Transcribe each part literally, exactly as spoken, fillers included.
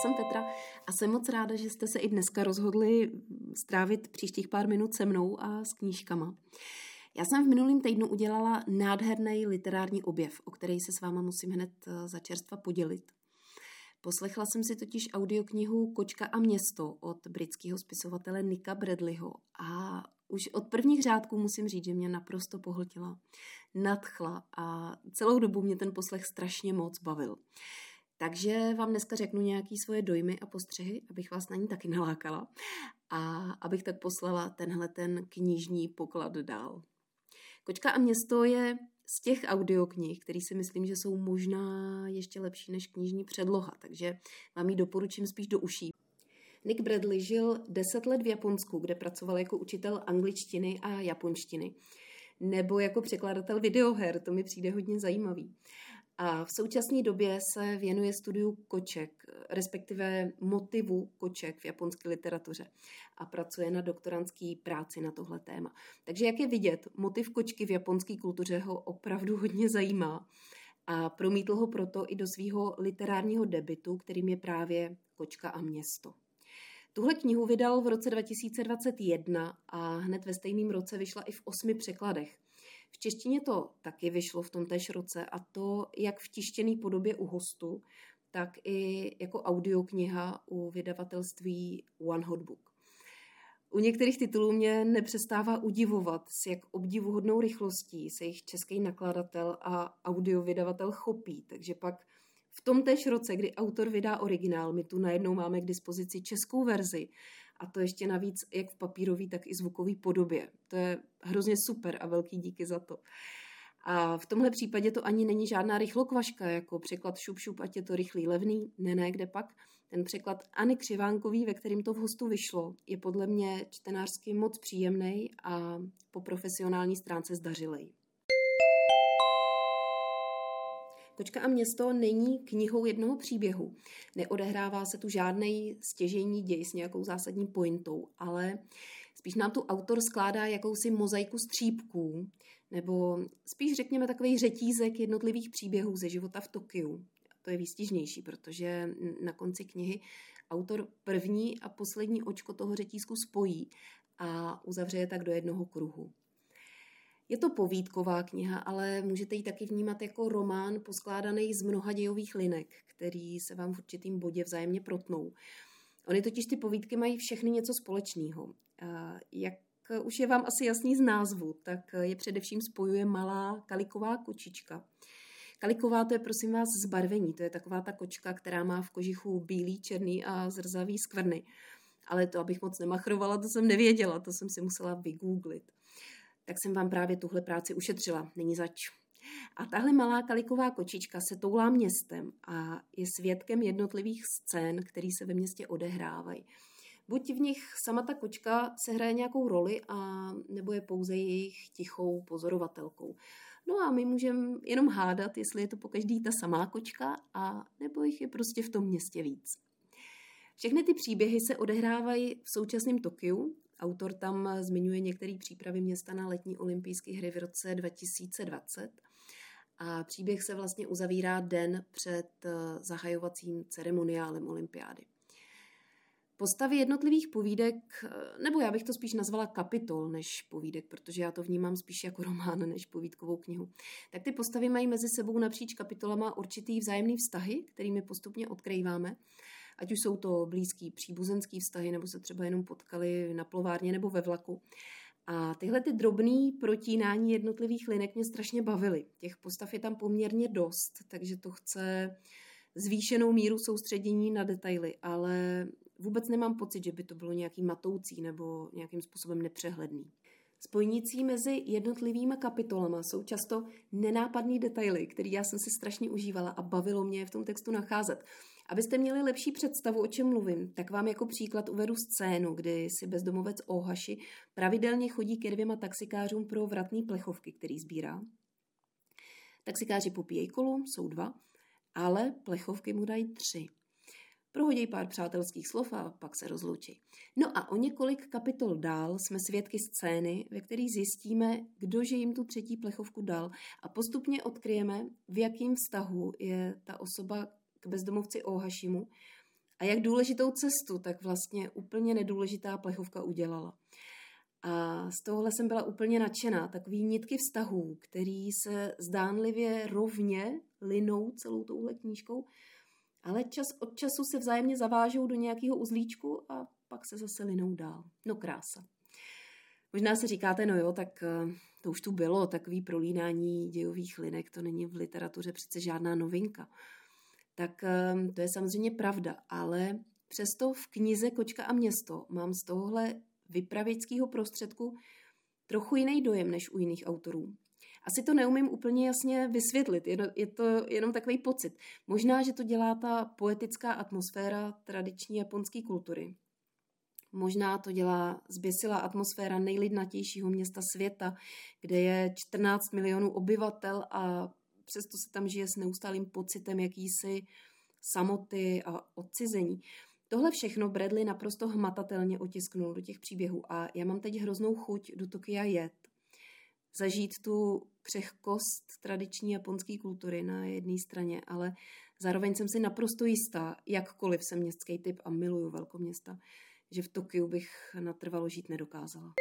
jsem Petra a jsem moc ráda, že jste se i dneska rozhodli strávit příštích pár minut se mnou a s knížkama. Já jsem v minulém týdnu udělala nádherný literární objev, o který se s váma musím hned za čerstva podělit. Poslechla jsem si totiž audioknihu Kočka a město od britského spisovatele Nicka Bradleyho a už od prvních řádků musím říct, že mě naprosto pohltila, nadchla a celou dobu mě ten poslech strašně moc bavil. Takže vám dneska řeknu nějaké svoje dojmy a postřehy, abych vás na ní taky nalákala a abych tak poslala tenhle ten knižní poklad dál. Kočka a město je z těch audioknih, který si myslím, že jsou možná ještě lepší než knižní předloha, takže vám ji doporučím spíš do uší. Nick Bradley žil deset let v Japonsku, kde pracoval jako učitel angličtiny a japonštiny, nebo jako překladatel videoher, to mi přijde hodně zajímavý. A v současné době se věnuje studiu koček, respektive motivu koček v japonské literatuře a pracuje na doktorandské práci na tohle téma. Takže jak je vidět, motiv kočky v japonské kultuře ho opravdu hodně zajímá a promítl ho proto i do svého literárního debutu, kterým je právě Kočka a město. Tuhle knihu vydal v roce dva tisíce dvacet jedna a hned ve stejném roce vyšla i v osmi překladech. V češtině to taky vyšlo v tom též roce a to jak v tištěné podobě u Hostu, tak i jako audiokniha u vydavatelství One Hot Book. U některých titulů mě nepřestává udivovat, s jak obdivuhodnou rychlostí se jich český nakladatel a audiovydavatel chopí, takže pak v tom též roce, kdy autor vydá originál, my tu najednou máme k dispozici českou verzi a to ještě navíc jak v papírové, tak i zvukové podobě. To je hrozně super a velký díky za to. A v tomhle případě to ani není žádná rychlokvaška, jako překlad šup šup, ať je to rychlý, levný, ne, ne, kde pak. Ten překlad Anny Křivánkový, ve kterým to v Hostu vyšlo, je podle mě čtenářsky moc příjemnej a po profesionální stránce zdařilej. Kočka a město není knihou jednoho příběhu. Neodehrává se tu žádnej stěžejní děj s nějakou zásadní pointou, ale spíš nám tu autor skládá jakousi mozaiku střípků, nebo spíš řekněme takový řetízek jednotlivých příběhů ze života v Tokiu. To je výstižnější, protože na konci knihy autor první a poslední očko toho řetízku spojí a uzavře je tak do jednoho kruhu. Je to povídková kniha, ale můžete ji taky vnímat jako román poskládaný z mnoha dějových linek, který se vám v určitým bodě vzájemně protnou. Ony totiž ty povídky mají všechny něco společného. Jak už je vám asi jasný z názvu, tak je především spojuje malá kaliková kočička. Kaliková to je prosím vás zbarvení, to je taková ta kočka, která má v kožichu bílý, černý a zrzavý skvrny. Ale to, abych moc nemachrovala, to jsem nevěděla, to jsem si musela vygooglit. Tak jsem vám právě tuhle práci ušetřila, není zač. A tahle malá kaliková kočička se toulá městem a je svědkem jednotlivých scén, které se ve městě odehrávají. Buď v nich sama ta kočka sehraje nějakou roli, a nebo je pouze jejich tichou pozorovatelkou. No a my můžeme jenom hádat, jestli je to pokaždý ta samá kočka, a nebo jich je prostě v tom městě víc. Všechny ty příběhy se odehrávají v současném Tokiu. Autor tam zmiňuje některé přípravy města na letní olympijské hry v roce dva tisíce dvacet a příběh se vlastně uzavírá den před zahajovacím ceremoniálem olympiády. Postavy jednotlivých povídek, nebo já bych to spíš nazvala kapitol než povídek, protože já to vnímám spíš jako román než povídkovou knihu, tak ty postavy mají mezi sebou napříč kapitolama určitý vzájemný vztahy, kterými postupně odkrýváme. Ať už jsou to blízký příbuzenský vztahy, nebo se třeba jenom potkali na plovárně nebo ve vlaku. A tyhle ty drobný protínání jednotlivých linek mě strašně bavily. Těch postav je tam poměrně dost, takže to chce zvýšenou míru soustředění na detaily, ale vůbec nemám pocit, že by to bylo nějaký matoucí nebo nějakým způsobem nepřehledný. Spojnicí mezi jednotlivými kapitolama jsou často nenápadný detaily, který já jsem si strašně užívala a bavilo mě je v tom textu nacházet. Abyste měli lepší představu, o čem mluvím, tak vám jako příklad uvedu scénu, kdy si bezdomovec Ohashi pravidelně chodí ke dvěma taxikářům pro vratný plechovky, který sbírá. Taxikáři popíjejí kolu, jsou dva, ale plechovky mu dají tři. Prohodí pár přátelských slov a pak se rozloučí. No a o několik kapitol dál jsme svědky scény, ve které zjistíme, kdože jim tu třetí plechovku dal a postupně odkryjeme, v jakém vztahu je ta osoba k bezdomovci Ohashimu a jak důležitou cestu, tak vlastně úplně nedůležitá plechovka udělala. A z tohohle jsem byla úplně nadšená. Takový nitky vztahů, který se zdánlivě rovně linou celou touhle knížkou, ale čas od času se vzájemně zavážou do nějakého uzlíčku a pak se zase linou dál. No krása. Možná si říkáte, no jo, tak to už tu bylo, takový prolínání dějových linek, to není v literatuře přece žádná novinka. Tak to je samozřejmě pravda, ale přesto v knize Kočka a město mám z tohohle vypravěčského prostředku trochu jiný dojem než u jiných autorů. Asi to neumím úplně jasně vysvětlit, je to jenom takový pocit. Možná, že to dělá ta poetická atmosféra tradiční japonské kultury. Možná to dělá zběsilá atmosféra nejlidnatějšího města světa, kde je čtrnáct milionů obyvatel a přesto se tam žije s neustálým pocitem jakýsi samoty a odcizení. Tohle všechno Bradley naprosto hmatatelně otisknul do těch příběhů a já mám teď hroznou chuť do Tokia jet. Zažít tu křehkost tradiční japonské kultury na jedné straně, ale zároveň jsem si naprosto jistá, jakkoliv jsem městský typ a miluju velkoměsta, že v Tokiu bych natrvalo žít nedokázala.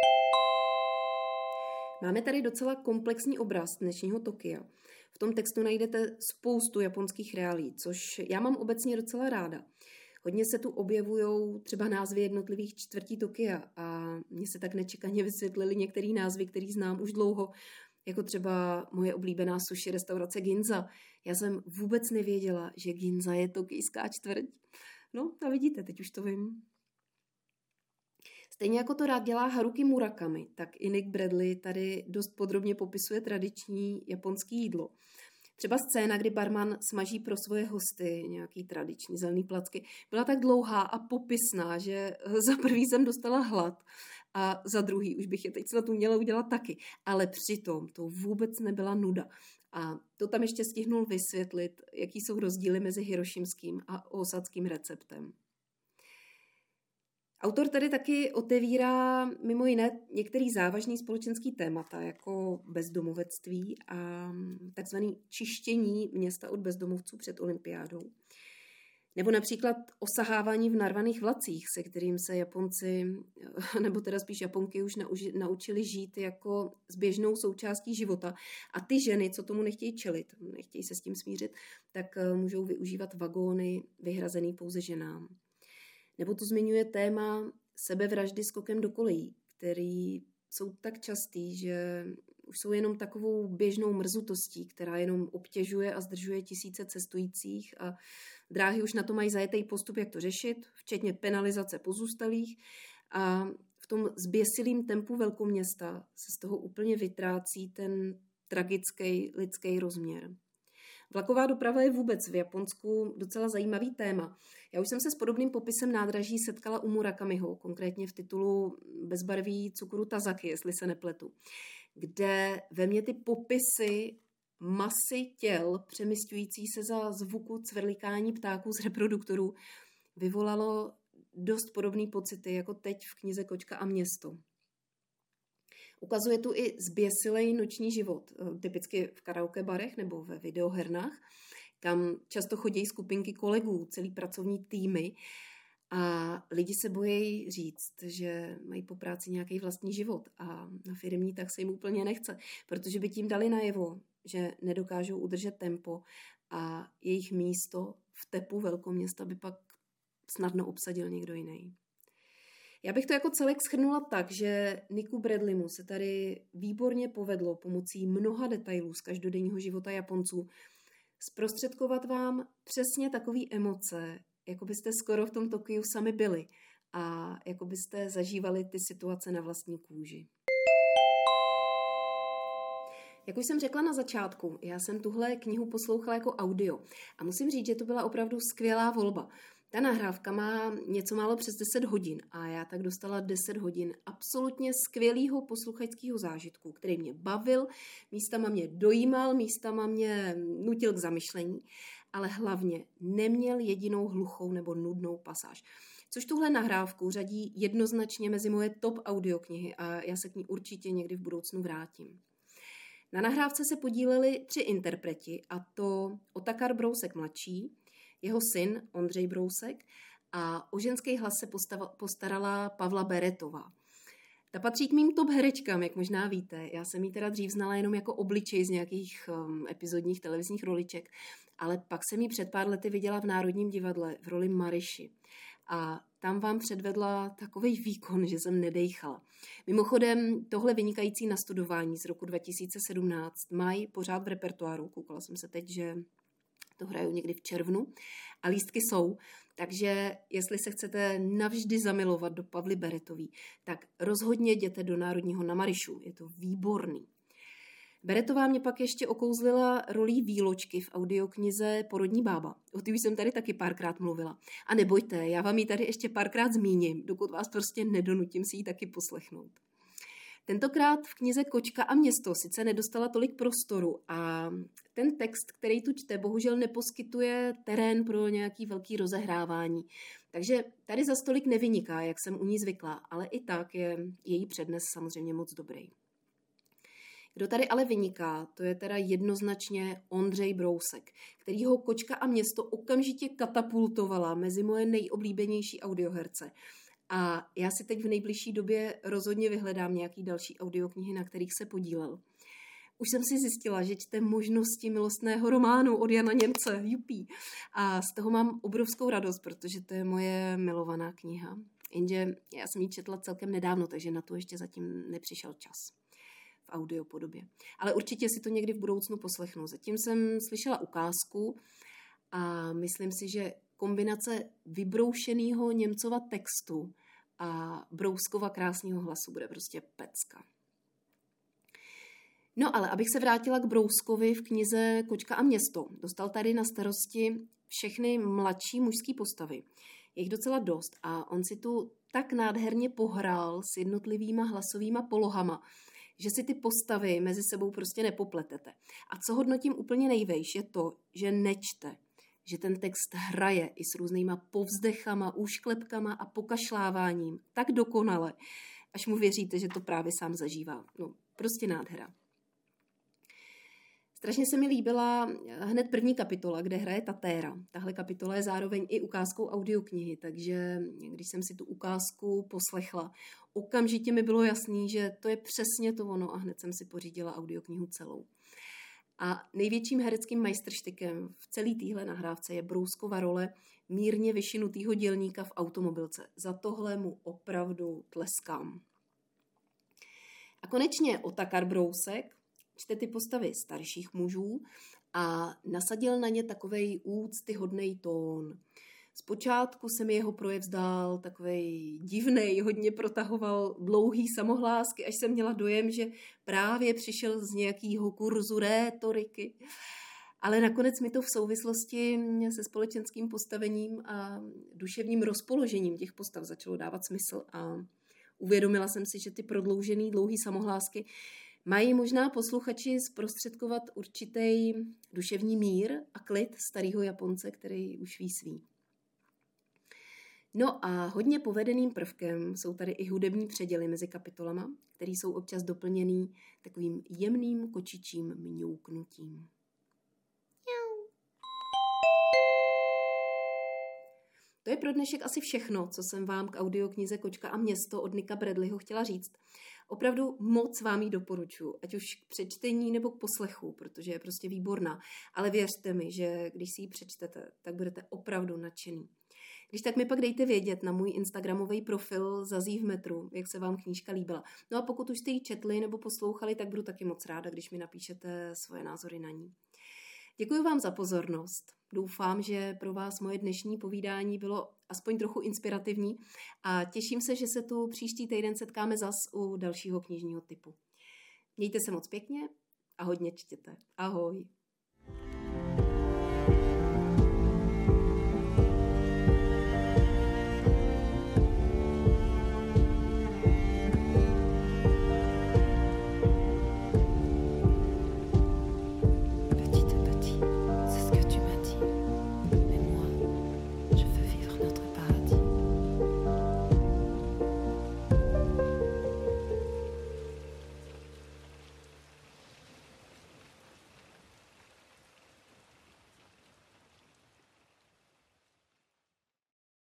Máme tady docela komplexní obraz dnešního Tokia. V tom textu najdete spoustu japonských reálí, což já mám obecně docela ráda. Hodně se tu objevují třeba názvy jednotlivých čtvrtí Tokia a mně se tak nečekaně vysvětlily některé názvy, které znám už dlouho, jako třeba moje oblíbená sushi restaurace Ginza. Já jsem vůbec nevěděla, že Ginza je tokijská čtvrť. No a vidíte, teď už to vím. Stejně jako to rád dělá Haruki Murakami, tak i Nick Bradley tady dost podrobně popisuje tradiční japonské jídlo. Třeba scéna, kdy barman smaží pro svoje hosty nějaký tradiční zelený placky, byla tak dlouhá a popisná, že za prvý jsem dostala hlad a za druhý už bych je teď snad uměla udělat taky. Ale přitom to vůbec nebyla nuda. A to tam ještě stihnul vysvětlit, jaký jsou rozdíly mezi hirošimským a osadským receptem. Autor tady taky otevírá mimo jiné některý závažný společenský témata, jako bezdomovectví a takzvané čištění města od bezdomovců před olympiádou. Nebo například osahávání v narvaných vlacích, se kterým se Japonci, nebo teda spíš Japonky už naučili žít jako s běžnou součástí života. A ty ženy, co tomu nechtějí čelit, nechtějí se s tím smířit, tak můžou využívat vagóny vyhrazený pouze ženám. Nebo tu zmiňuje téma sebevraždy skokem do kolejí, který jsou tak častý, že už jsou jenom takovou běžnou mrzutostí, která jenom obtěžuje a zdržuje tisíce cestujících a dráhy už na to mají zajetý postup, jak to řešit, včetně penalizace pozůstalých a v tom zběsilým tempu velkoměsta se z toho úplně vytrácí ten tragický lidský rozměr. Vlaková doprava je vůbec v Japonsku docela zajímavý téma. Já už jsem se s podobným popisem nádraží setkala u Murakamiho, konkrétně v titulu Bezbarví cukru Tazaki, jestli se nepletu, kde ve mně ty popisy masy těl přemysťující se za zvuku cvrlikání ptáků z reproduktorů vyvolalo dost podobné pocity jako teď v knize Kočka a město. Ukazuje tu i zběsilej noční život, typicky v karaoke barech nebo ve videohernách, kam často chodí skupinky kolegů, celý pracovní týmy a lidi se bojí říct, že mají po práci nějaký vlastní život a na firmní tak se jim úplně nechce, protože by tím dali najevo, že nedokážou udržet tempo a jejich místo v tepu velkoměsta by pak snadno obsadil někdo jiný. Já bych to jako celek shrnula tak, že Nicku Bradleymu se tady výborně povedlo pomocí mnoha detailů z každodenního života Japonců zprostředkovat vám přesně takové emoce, jako byste skoro v tom Tokiu sami byli a jako byste zažívali ty situace na vlastní kůži. Jak už jsem řekla na začátku, já jsem tuhle knihu poslouchala jako audio a musím říct, že to byla opravdu skvělá volba. Ta nahrávka má něco málo přes deset hodin a já tak dostala deset hodin absolutně skvělého posluchačského zážitku, který mě bavil, místama mě dojímal, místama mě nutil k zamyšlení, ale hlavně neměl jedinou hluchou nebo nudnou pasáž. Což tuhle nahrávku řadí jednoznačně mezi moje top audioknihy a já se k ní určitě někdy v budoucnu vrátím. Na nahrávce se podíleli tři interpreti, a to Otakar Brousek mladší, jeho syn Ondřej Brousek a o ženský hlas se postava, postarala Pavla Beretová. Ta patří k mým top herečkám, jak možná víte. Já jsem ji teda dřív znala jenom jako obličej z nějakých um, epizodních televizních roliček, ale pak jsem ji před pár lety viděla v Národním divadle v roli Mariši. A tam vám předvedla takovej výkon, že jsem nedejchala. Mimochodem, tohle vynikající nastudování z roku dva tisíce sedmnáct mají pořád v repertoáru. Koukala jsem se teď, že to hrajou někdy v červnu a lístky jsou. Takže jestli se chcete navždy zamilovat do Pavly Beretový, tak rozhodně jděte do Národního na Marišu. Je to výborný. Beretová mě pak ještě okouzlila rolí Výločky v audioknize Porodní bába. O té už jsem tady taky párkrát mluvila. A nebojte, já vám ji tady ještě párkrát zmíním, dokud vás prostě nedonutím si ji taky poslechnout. Tentokrát v knize Kočka a město sice nedostala tolik prostoru a ten text, který tu čte, bohužel neposkytuje terén pro nějaký velký rozehrávání. Takže tady za stolik nevyniká, jak jsem u ní zvyklá, ale i tak je její přednes samozřejmě moc dobrý. Kdo tady ale vyniká, to je teda jednoznačně Ondřej Brousek, kterýho Kočka a město okamžitě katapultovala mezi moje nejoblíbenější audioherce. A já si teď v nejbližší době rozhodně vyhledám nějaký další audioknihy, na kterých se podílel. Už jsem si zjistila, že čte Možnosti milostného románu od Jana Němce, jupí. A z toho mám obrovskou radost, protože to je moje milovaná kniha. Jenže já jsem ji četla celkem nedávno, takže na to ještě zatím nepřišel čas v audiopodobě. Ale určitě si to někdy v budoucnu poslechnu. Zatím jsem slyšela ukázku a myslím si, že kombinace vybroušenýho Němcova textu a Brouskova krásného hlasu bude prostě pecka. No ale abych se vrátila k Brouskovi v knize Kočka a město. Dostal tady na starosti všechny mladší mužské postavy. Je jich docela dost a on si tu tak nádherně pohrál s jednotlivýma hlasovýma polohama, že si ty postavy mezi sebou prostě nepopletete. A co hodnotím úplně nejvejš je to, že nečte, že ten text hraje i s různýma povzdechama, úšklepkama a pokašláváním tak dokonale, až mu věříte, že to právě sám zažívá. No, prostě nádhera. Strašně se mi líbila hned první kapitola, kde hraje Tatéra. Tahle kapitola je zároveň i ukázkou audioknihy, takže když jsem si tu ukázku poslechla, okamžitě mi bylo jasný, že to je přesně to ono a hned jsem si pořídila audioknihu celou. A největším hereckým majstrštykem v celé téhle nahrávce je Brouskova role mírně vyšinutýho dělníka v automobilce. Za tohle mu opravdu tleskám. A konečně Otakar Brousek čte ty postavy starších mužů a nasadil na ně takovej úctyhodnej tón. Zpočátku se mi jeho projev zdál takovej divnej, hodně protahoval dlouhý samohlásky, až jsem měla dojem, že právě přišel z nějakého kurzu rétoriky. Ale nakonec mi to v souvislosti se společenským postavením a duševním rozpoložením těch postav začalo dávat smysl a uvědomila jsem si, že ty prodloužený dlouhý samohlásky mají možná posluchači zprostředkovat určitý duševní mír a klid starého Japonce, který už ví svý. No a hodně povedeným prvkem jsou tady i hudební předěly mezi kapitolama, které jsou občas doplněný takovým jemným kočičím mňouknutím. To je pro dnešek asi všechno, co jsem vám k audioknize Kočka a město od Nicka Bradleyho chtěla říct. Opravdu moc vám ji doporučuji, ať už k přečtení nebo k poslechu, protože je prostě výborná. Ale věřte mi, že když si ji přečtete, tak budete opravdu nadšený. Když tak mi pak dejte vědět na můj instagramový profil Zazí v metru, jak se vám knížka líbila. No a pokud už jste ji četli nebo poslouchali, tak budu taky moc ráda, když mi napíšete svoje názory na ní. Děkuji vám za pozornost. Doufám, že pro vás moje dnešní povídání bylo aspoň trochu inspirativní a těším se, že se tu příští týden setkáme zas u dalšího knižního typu. Mějte se moc pěkně a hodně čtěte. Ahoj.